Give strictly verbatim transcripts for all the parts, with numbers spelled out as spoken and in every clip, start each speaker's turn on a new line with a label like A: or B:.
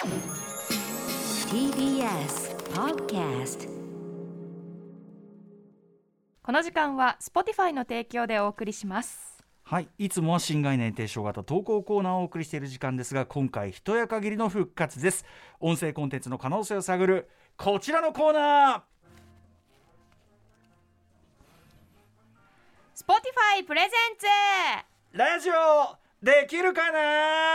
A: ティービーエス Podcast。
B: この時間は Spotify の提供でお送りします。
C: はい、いつもは新概念提唱型投稿コーナーをお送りしている時間ですが、今回一夜限りの復活です。音声コンテンツの可能性を探るこちらのコーナー、
B: Spotify プレゼンツ
C: ラジオできるかな。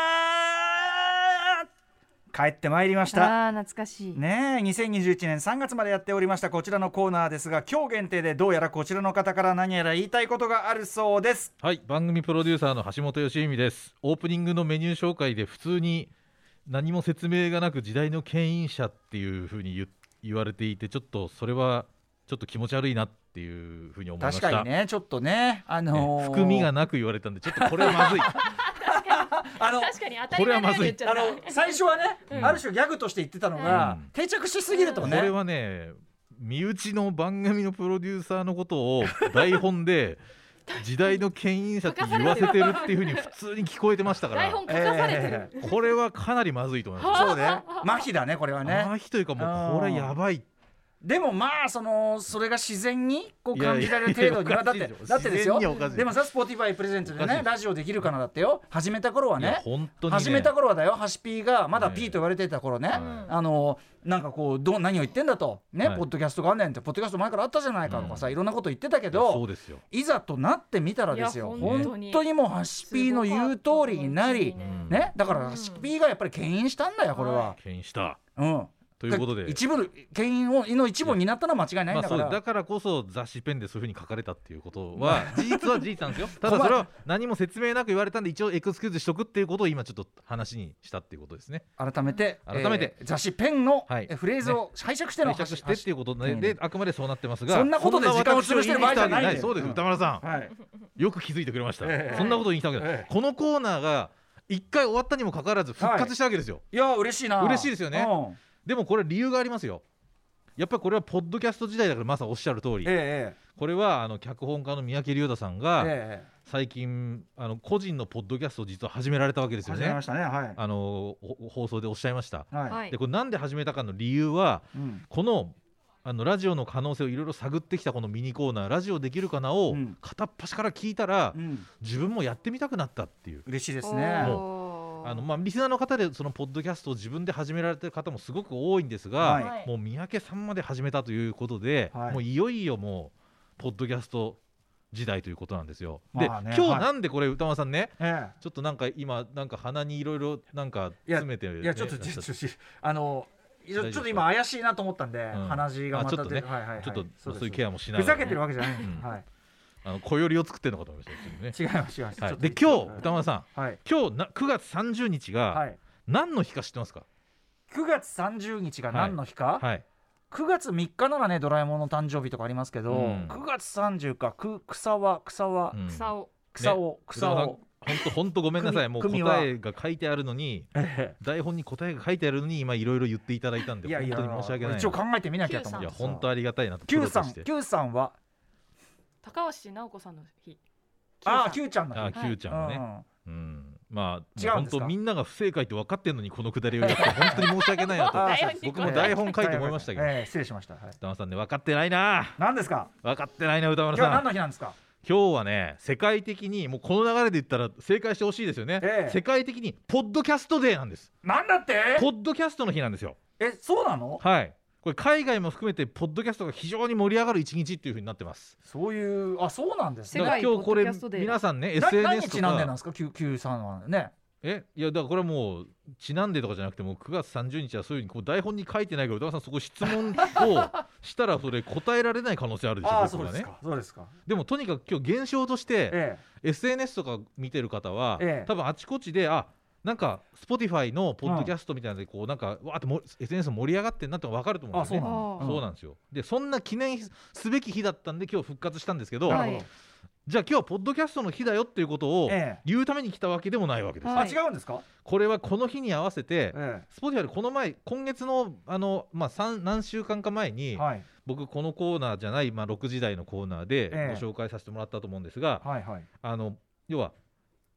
C: 帰ってまいりました。
B: あー懐かしい
C: ねえ、にせんにじゅういちねんさんがつまでやっておりましたこちらのコーナーですが、今日限定でどうやらこちらの方から何やら言いたいことがあるそうです。
D: はい、番組プロデューサーの橋本良文です。オープニングのメニュー紹介で普通に何も説明がなく時代の牽引者っていう風に 言, 言われていて、ちょっとそれはちょっと気持ち悪いなっていう風に思いました。
C: 確かにね、ちょっとね、あのー、
D: 含みがなく言われたんで、ちょっとこれはまずい
C: あの
B: 確かに当たり前のように言っちゃった。
C: あの最初はね、
B: うん、
C: ある種ギャグとして言ってたのが、うん、定着しすぎるとね、
D: これはね、身内の番組のプロデューサーのことを台本で時代の牽引者って言わせてるっていう風に普通に聞こえてましたから
B: 台本書かされてる、
D: えー、これはかなりまずいと思います。
C: そうね、麻痺だねこれはね。
D: 麻痺というか、もうこれやばい。
C: でもまあそのそれが自然にこう感じられる程度にはだってだってですよ。でもさ、Spotify プレゼンツでね、ラジオできるかなだってよ。始めた頃はね、
D: 本当にね、
C: 始めた頃はだよ、ハシピーがまだ P と言われてた頃ね、ね、あのなんかこうどう何を言ってんだとね、はい、ポッドキャストがあんねんって、ポッドキャスト前からあったじゃないかとかさ、うん、いろんなこと言ってたけど、
D: そうですよ、
C: いざとなってみたらですよ、本当に本当にもうハシピーの言う通りになり、ねね、だからハシピーがやっぱり牽引したんだよこれは。
D: 牽引した、
C: うん、
D: ということで
C: 一部牽引の一部になったのは間違いないんだから、
D: まあ、だからこそ雑誌ペンでそういう風に書かれたっていうことは事実は事実なんですよ。ただそれは何も説明なく言われたんで、一応エクスキューズしとくっていうことを今ちょっと話にしたっていうことですね。
C: 改めて
D: 改めて、
C: えー、雑誌ペンの、はい、フレーズを拝借しての、
D: ね、拝借してっていうことで、であくまでそうなってますが、
C: そんなことで時間を潰してる場合じゃないんで。
D: そうです、うん、歌丸さん、はい、よく気づいてくれました、えー、そんなこと言いたわけです、えー、このコーナーが一回終わったにもかかわらず復活したわけですよ、はい、
C: いや嬉しいな、
D: 嬉しいですよね、
C: うん、
D: でもこれ理由がありますよ。やっぱりこれはポッドキャスト時代だから、まさにおっしゃる通り、ええ、これはあの脚本家の三宅龍太さんが最近、あの個人のポッドキャストを実は始められたわけですよね。
C: 始めましたね、はい、
D: あの放送でおっしゃいました、
C: はい、
D: でこれなんで始めたかの理由は、うん、このあのラジオの可能性をいろいろ探ってきたこのミニコーナー、ラジオできるかなを片っ端から聞いたら、うん、自分もやってみたくなったっていう。
C: 嬉しいですね。
D: あのまあ、リスナーの方でそのポッドキャストを自分で始められてる方もすごく多いんですが、はい、もう三宅さんまで始めたということで、はい、もういよいよもうポッドキャスト時代ということなんですよ。で、まあね、今日なんでこれ、はい、歌間さんね、ええ、ちょっとなんか今なんか鼻にいろいろなんか詰めて、ね、
C: いやちょっとちょっとあのちょっと今怪しいなと思ったんで、うん、鼻血がまた
D: ちょっとね、
C: はいはいはい、
D: ちょっとそういうケアもしながら、
C: ね、ふざけてるわけじゃない、うんはい、
D: あの小よりを作ってるのかと思いました、ね、
C: 違います違います、
D: はい、で今日歌間さん、はい、今日なくがつさんじゅうにちが、はい、何の日か知ってますか？
C: くがつさんじゅうにちが何の日か、はいはい、くがつみっかならねドラえもんの誕生日とかありますけど、うん、くがつさんじゅうか、く草は草は、うん、草を草を、ね、草を
D: 本当本当ごめんなさい、もう答えが書いてあるのに、台本に答えが書いてあるのに今いろいろ言っていただいたんで、本当に申し訳ない。
C: 一応考えてみなきゃと思って。
D: いや本当ありがたいなと。
C: Q さん、Q さんは
B: 高橋直子さんの日。
C: ああ Q ちゃんの日。
D: ああ Q ちゃんはね、うん、まあ
C: 違うん
D: 本当みんなが不正解って分かってんのにこのくだりをやって本当に申し訳ないなと僕も台本書いて思いましたけど、
C: えー、失礼しました、はい、
D: 歌丸さんね、分かってないな。
C: 何ですか？
D: 分かってないな歌丸さん。
C: 今日は何の日なんですか？
D: 今日はね、世界的にもうこの流れで言ったら正解してほしいですよね、ええ、世界的にポッドキャストデーなんです。
C: なんだって？
D: ポッドキャストの日なんですよ。
C: え、そうなの？
D: はい、これ海外も含めてポッドキャストが非常に盛り上がる一日っていう風になってます。
C: そういう、あ、そうなんですね。
D: だから今日これ皆さんね エスエヌエス とか
C: 何日なんでなんですか？ Q, Q さんはね。
D: え、いやだからこれはもうちなんでとかじゃなくて、もうくがつさんじゅうにちはそういう風にこう台本に書いてないから、歌川さんそこ質問をしたらそれ答えられない可能性あるでしょ。
C: あ、そうですか、そうですか。
D: でもとにかく今日現象として、ええ、エスエヌエス とか見てる方は、ええ、多分あちこちで、あ、なんか Spotify のポッドキャストみたいなのでこうなんかわーっても エスエヌエス 盛り上がってんなって分かると思うんですよね。
C: あ、
D: そうなんですよ。でそんな記念すべき日だったんで今日復活したんですけど、はい、じゃあ今日はポッドキャストの日だよっていうことを言うために来たわけでもないわけです、
C: ええ、あ、違うんですか？
D: これはこの日に合わせて、ええ、Spotify でこの前今月の、あの、まあ、何週間か前に、はい、僕このコーナーじゃない、まあ、ろくじ台のコーナーでご紹介させてもらったと思うんですが、ええ、はいはい、あの要は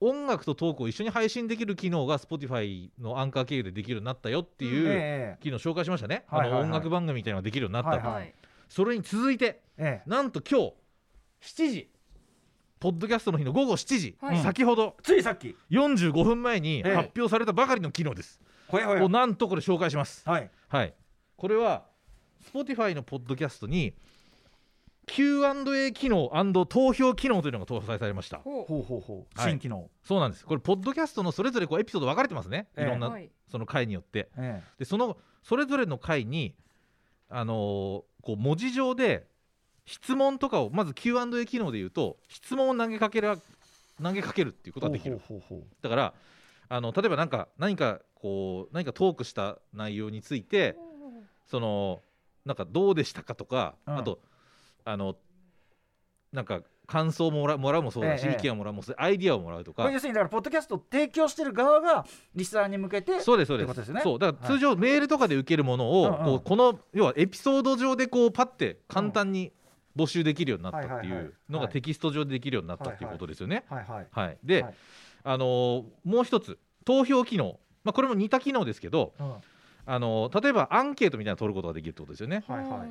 D: 音楽とトークを一緒に配信できる機能が Spotify のアンカー経由でできるようになったよっていう機能を紹介しましたね、うんええ、あの音楽番組みたいなのができるようになったと、はいはい、それに続いて、ええ、なんと今日しちじポッドキャストの日のごごしちじ、はい、先ほど
C: ついさっき
D: よんじゅうごふんまえに発表されたばかりの機能です、ええ、をなんとこれ紹介します、はいはい、これは Spotify のポッドキャストに キューアンドエー 機能&投票機能というのが搭載されました。
C: ほうほうほうほう、はい、新機能。
D: そうなんです。これポッドキャストのそれぞれこうエピソード分かれてますね、いろんな、ええ、その回によって、ええ、でそのそれぞれの回に、あのー、こう文字上で質問とかをまず キューアンドエー 機能で言うと質問を投げかける投げかけるっていうことができる。ほうほうほうほう。だからあの例えば何か何かこう何かトークした内容についてそのなんかどうでしたかとか、うん、あとあのなんか感想をもらうもらうもそうだし、ええ、意見をもらうもそうだし、アイディアをもらうとか、
C: これ要するにだからポッドキャストを提供してる側がリスナーに向けて
D: そうですそうです、ってことですよね。そうだから通常、はい、メールとかで受けるものを、うんうん、こうこの要はエピソード上でこうパッて簡単に募集できるようになったっていうのがテキスト上でできるようになったっていうことですよね。はいはいはい、で、はい、あのー、もう一つ投票機能、まあ、これも似た機能ですけど、うん、あのー、例えばアンケートみたいなのを取ることができるってことですよね。はいはい、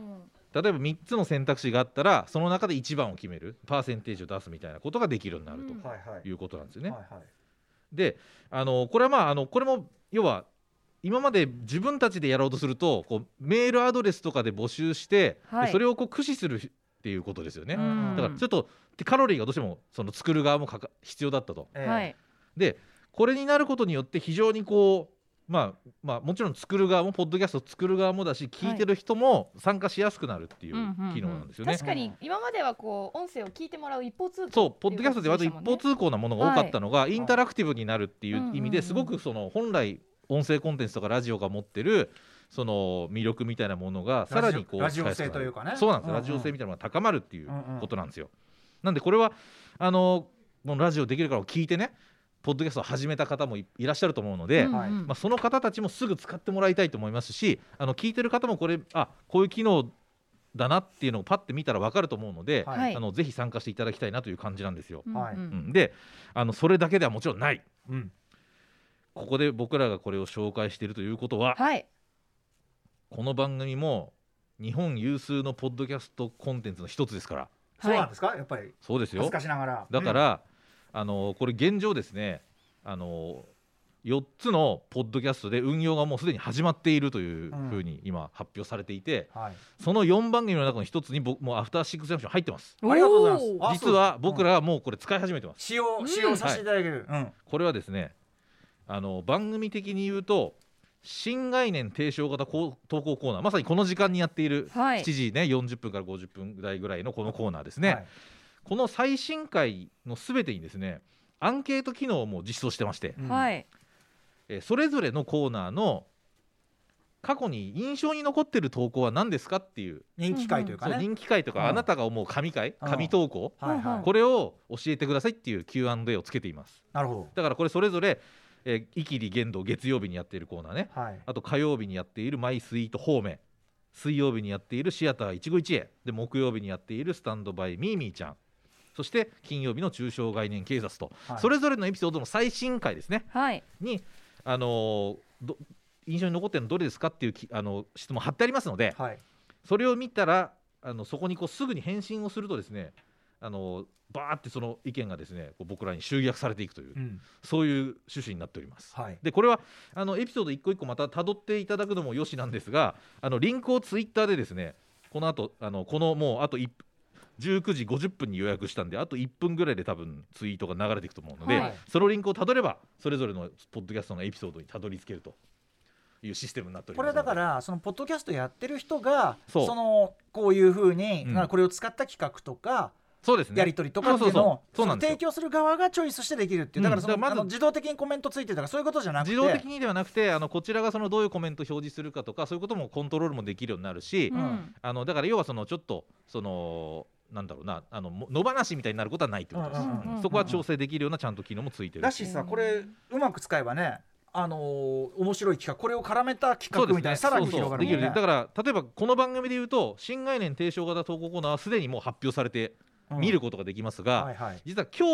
D: 例えばみっつの選択肢があったらその中でいちばんを決めるパーセンテージを出すみたいなことができるようになるということなんですよね。はいはい、で、あのこれはまああのこれも要は今まで自分たちでやろうとするとこうメールアドレスとかで募集して、はい、それをこう駆使するっていうことですよね。だからちょっとカロリーがどうしてもその作る側もかか必要だったと。はい、でこれになることによって非常にこうまあまあ、もちろん作る側もポッドキャストを作る側もだし聞いてる人も参加しやすくなるっていう機能なんですよね。
B: 確かに今まではこう音声を聞いてもらう一方通行、
D: そうポッドキャストで割と一方通行なものが多かったのが、はい、インタラクティブになるっていう意味ですごくその本来音声コンテンツとかラジオが持ってるその魅力みたいなものがさらにこう
C: ラジオ性というかね、
D: そうなんです、うんうん、ラジオ性みたいなのが高まるっていうことなんですよ。なんでこれはあのもうラジオできるからを聞いてねポッドキャストを始めた方も い, いらっしゃると思うので、うんうんまあ、その方たちもすぐ使ってもらいたいと思いますし、あの聞いてる方もこれあこういう機能だなっていうのをパッて見たら分かると思うので、はい、あのぜひ参加していただきたいなという感じなんですよ。はいうん、であのそれだけではもちろんない、うん、ここで僕らがこれを紹介しているということは、はい、この番組も日本有数のポッドキャストコンテンツの一つですから。
C: そうなんですか、やっぱり
D: そうですよ。
C: 恥ずかしながら
D: だから、うんあのこれ現状ですねあのよっつのポッドキャストで運用がもうすでに始まっているというふうに今発表されていて、うんはい、そのよんばん組の中の一つに僕もうアフターシックスジャンクション入ってます。
C: ありがとうございます。
D: 実は僕らはもうこれ使い始めてます。
C: 使用、使用させていただける、はいうん、
D: これはですねあの番組的に言うと新概念提唱型投稿コーナー、まさにこの時間にやっているしちじ、ね、よんじゅっぷんからごじゅっぷん台ぐらいのこのコーナーですね、はい、この最新回のすべてにですねアンケート機能も実装してまして、うんえそれぞれのコーナーの過去に印象に残っている投稿は何ですかっていう
C: 人気回というかね、
D: そう人気回とか、うん、あなたが思う神回、神投稿、はいはい、これを教えてくださいっていう キューアンドエー をつけています。
C: なるほど。
D: だからこれそれぞれえー、イキリ言動月曜日にやっているコーナーね、はい、あと火曜日にやっているマイスイート方面、水曜日にやっているシアター一期一会で、木曜日にやっているスタンドバイミーミーちゃん、そして金曜日の中小概念警察と、はい、それぞれのエピソードの最新回ですね、はい、に、あのー、ど印象に残っているのどれですかっていうあの質問貼ってありますので、はい、それを見たらあのそこにこうすぐに返信をするとですね、あのバーってその意見がですねこう僕らに集約されていくという、うん、そういう趣旨になっております、はい、でこれはあのエピソード一個一個また辿っていただくのもよしなんですが、あのリンクをツイッターでですねこの後あのこのもうあとじゅうくじごじゅっぷんに予約したんであといっぷんぐらいで多分ツイートが流れていくと思うので、はい、そのリンクをたどればそれぞれのポッドキャストのエピソードにたどり着けるというシステムになっております。
C: これだからそのポッドキャストやってる人が そ, そのこういうふうに、うん、これを使った企画とか
D: そうですね、
C: やり取りとかっていうのを提供する側がチョイスしてできるっていう、だからその、うん、まずあの自動的にコメントついてるとかそういうことじゃなくて、
D: 自動的にではなくてあのこちらがそのどういうコメント表示するかとかそういうこともコントロールもできるようになるし、うん、あのだから要はそのちょっとそのなんだろうなあの野放しみたいになることはないってことです、うんうんうん、そこは調整できるようなちゃんと機能もついてる
C: だしさ、これうまく使えばねあのー、面白い企画、これを絡めた企画みたいな、ね、さらに広がるもんね。
D: そうそうできる。だから例えばこの番組でいうと新概念提唱型投稿コーナーはすでにもう発表されて見ることができますが、うんはいはい、実は今日は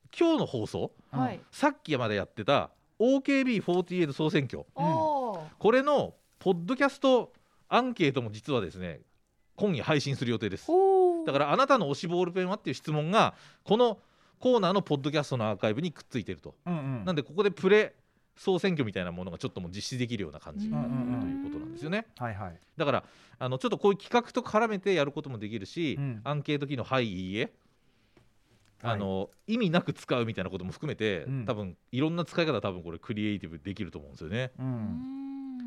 D: 今日の放送、はい、さっきまでやってた オーケービーフォーティーエイト 総選挙、うん、これのポッドキャストアンケートも実はですね今夜配信する予定です。だからあなたの推しボールペンはっていう質問がこのコーナーのポッドキャストのアーカイブにくっついていると、うんうん、なんでここでプレ総選挙みたいなものがちょっともう実施できるような感じになっているということなんですよね、はいはい、だからあのちょっとこういう企画と絡めてやることもできるし、うん、アンケート機能はいいいえあの、はい、意味なく使うみたいなことも含めて、うん、多分いろんな使い方多分これクリエイティブできると思うんですよね、うん、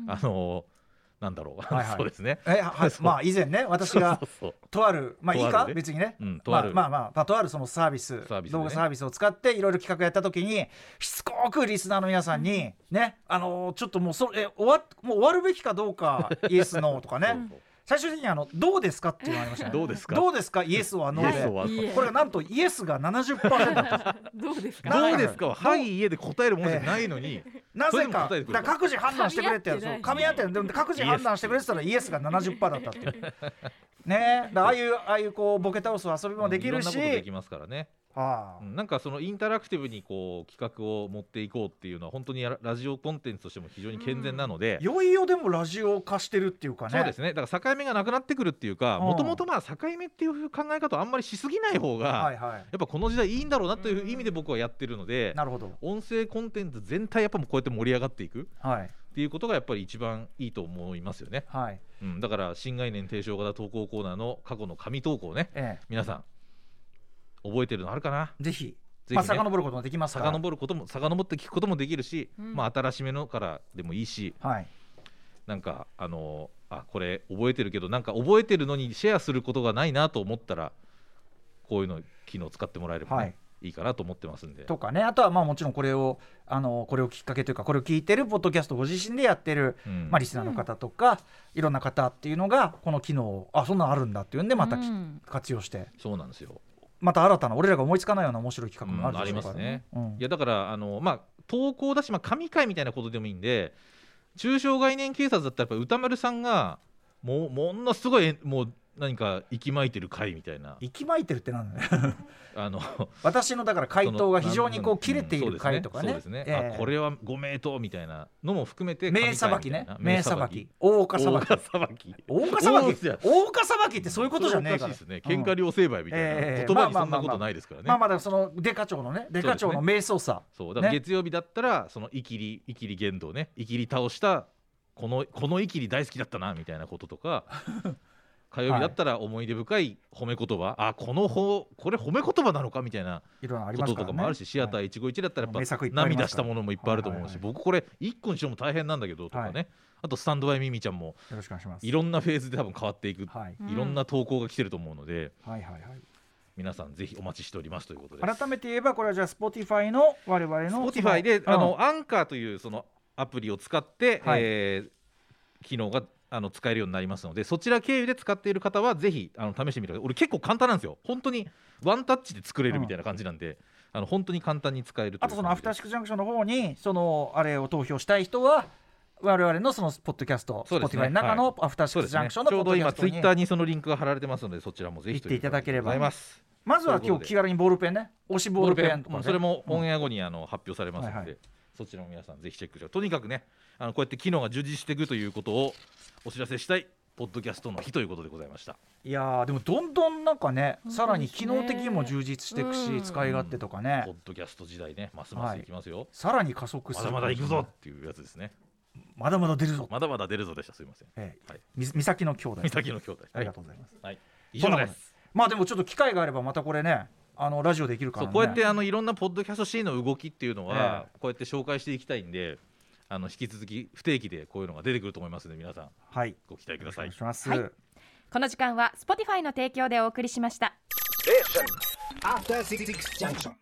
D: あのなんだろう、はいはい、そうですね
C: え、はい、まあ以前ね私がとあるまあいいか別にね、うん、とあるまあまあまあとあるそのサービスサービス、ね、動画サービスを使っていろいろ企画やった時にしつこくリスナーの皆さんにねあのー、ちょっともうそえ終わもう終わるべきかどうかイエスノーとかねそうそう最終的にあのどうですかって言われましたね。どうですかどうですかイエスはノーでこれがなんとイエスが ななじゅっパーセント だったどうですか
D: どうですかははい家で答えるものじゃないのに、えー、
C: なぜかだ各自判断してくれって噛み合ってでも各自判断してくれって言ったらイエスが ななじゅっパーセント だったっていうねだああいうああいうこうボケ倒す遊びもできるし、うん、いろんなことで
D: きますからね。はあ、なんかそのインタラクティブにこう企画を持っていこうっていうのは本当にラジオコンテンツとしても非常に健全なので、
C: うん、いよいよでもラジオ化してるっていうかね。
D: そうですねだから境目がなくなってくるっていうかもともとまあ境目っていう考え方をあんまりしすぎない方が、はいはい、やっぱこの時代いいんだろうなという意味で僕はやってるので、うん、なるほど音声コンテンツ全体やっぱこうやって盛り上がっていく、はい、っていうことがやっぱり一番いいと思いますよね、はいうん、だから新概念提唱型投稿コーナーの過去の紙投稿をね、ええ、皆さん覚えてるのあるかな。
C: ぜひぜひね、まあ、遡ることもできますから
D: 遡ることも遡って聞くこともできるし、うんまあ、新しめのからでもいいし、はい、なんかあのあこれ覚えてるけどなんか覚えてるのにシェアすることがないなと思ったらこういうの機能使ってもらえれば、ねはい、いいかなと思ってますんで
C: とかね。あとはまあもちろんこれをあのこれをきっかけというかこれを聞いてるポッドキャストご自身でやってる、うんまあ、リスナーの方とか、うん、いろんな方っていうのがこの機能をあそんなのあるんだっていうんでまた、うん、活用して
D: そうなんですよ
C: また新たな俺らが思いつかないような面白い企画もあるでしょうから、ね
D: うん、ありますね、うん、いやだからあの、まあ、投稿だし、まあ、神回みたいなことでもいいんで中小概念警察だったらやっぱ歌丸さんがもうものすごいもう何か息巻いてる回みたいな
C: 息巻いてるってなんだよあの私のだから回答が非常にこう切れている回とかね、
D: そうですね、そうですね、えー、あこれはご名答みたいなのも含めて
C: 名さばきね名さばき大岡さばき大岡さばき大岡さばきってそういうことじゃねえから、
D: ね、喧嘩両成敗みたいな、えー、言葉にそんなことないですからね。
C: まあまあまあそのデカ長のねデカ長の名操作
D: そうだから月曜日だったらそのイキリイキリ言動ねイキリ倒したこのこのイキリ大好きだったなみたいなこととか火曜日だったら思い出深い褒め言葉、はい、あこのほこれ褒め言葉なのかみたいなこととかもあるし、シアターいちごいちだったらやっぱ涙したものもいっぱいあると思うし、僕これいっこにしろも大変なんだけどとかね、はい、あとスタンドバイミミちゃんもよろしくお願いします。いろんなフェーズで多分変わっていく、はい、いろんな投稿が来てると思うので、はいはいはい、皆さんぜひお待ちしておりますということで
C: 改めて言えばこれはじゃあ Spotify の我々の
D: Spotify であの、うん、アンカーというそのアプリを使って、はいえー、機能があの使えるようになりますのでそちら経由で使っている方はぜひあの試してみてください。俺結構簡単なんですよ。本当にワンタッチで作れるみたいな感じなんで、うん、あの本当に簡単に使えるという。
C: あとそのアフターシックスジャンクションの方にそのあれを投票したい人は我々のそのポッドキャスト、ね、Spotify の中のアフターシックスジャンクションのポッドキャストに、
D: ね、ちょうど今ツイッターにそのリンクが貼られてますのでそちらもぜひ
C: 行っていただければ。まずは今日気軽にボールペンね推しボールペンとか、ね
D: うん、それもオンエア後にあの発表されますので、はいはい、そちらも皆さんぜひチェックしてとにかくねあのこうやって機能が充実していくということをお知らせしたいポッドキャストの日ということでございました。
C: いやでもどんどんなんか ね, ねさらに機能的にも充実していくし、うん、使い勝手とかね、
D: うん、ポッドキャスト時代ねますますいきますよ、はい、
C: さらに加速する
D: まだまだいくぞっていうやつですね。
C: まだまだ出るぞ
D: まだまだ出るぞでした。すいません、え
C: えはい、み三崎の兄弟
D: 三崎の兄弟、
C: ありがとうございます、
D: はい、以上です。
C: まあでもちょっと機会があればまたこれねあのラジオできるから、ね、
D: そうこうやってあのいろんなポッドキャストシーンの動きっていうのは、ええ、こうやって紹介していきたいんであの引き続き不定期でこういうのが出てくると思いますので皆さん、はい、ご期待ください。お願いします、
B: はい、この時間は Spotify の提供でお送りしました。